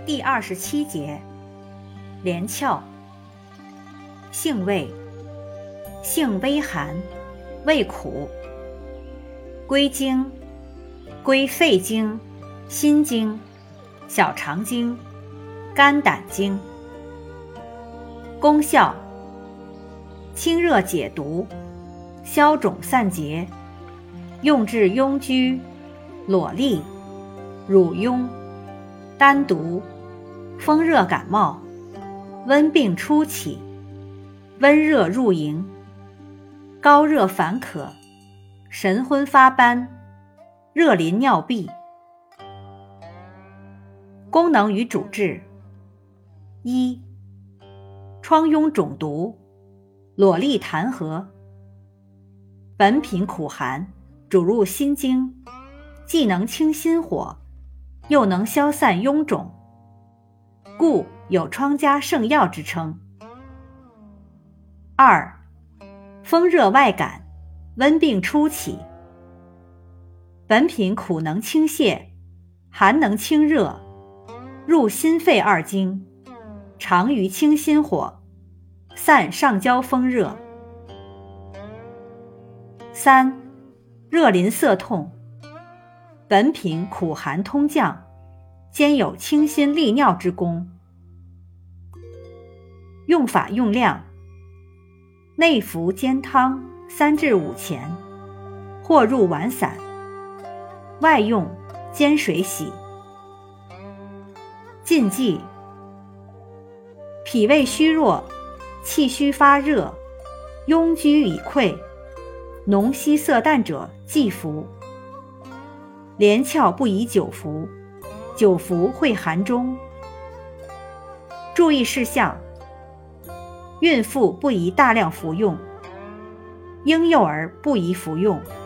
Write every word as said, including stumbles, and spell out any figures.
第二十七节，连翘。性味，性微寒，味苦。归经，归肺经、心经、小肠经、肝胆经。功效，清热解毒，消肿散结，用治痈疽、裸痢、乳痈、丹毒、风热感冒、温病初起、温热入营、高热烦渴、神昏发斑、热淋尿闭。功能与主治：一、疮痈肿毒，裸痢痰核。本品苦寒，主入心经，既能清心火，又能消散臃肿，故有疮家圣药之称。二、风热外感，温病初起。本品苦能清泻，寒能清热，入心肺二经，长于清心火，散上焦风热。三、热淋涩痛。本品苦寒通降，兼有清心利尿之功。用法用量：内服煎汤三至五钱，或入丸散；外用煎水洗。禁忌：脾胃虚弱、气虚发热、痈疽已溃、脓稀色淡者忌服。连翘不宜久服，久服会寒中。注意事项：孕妇不宜大量服用，婴幼儿不宜服用。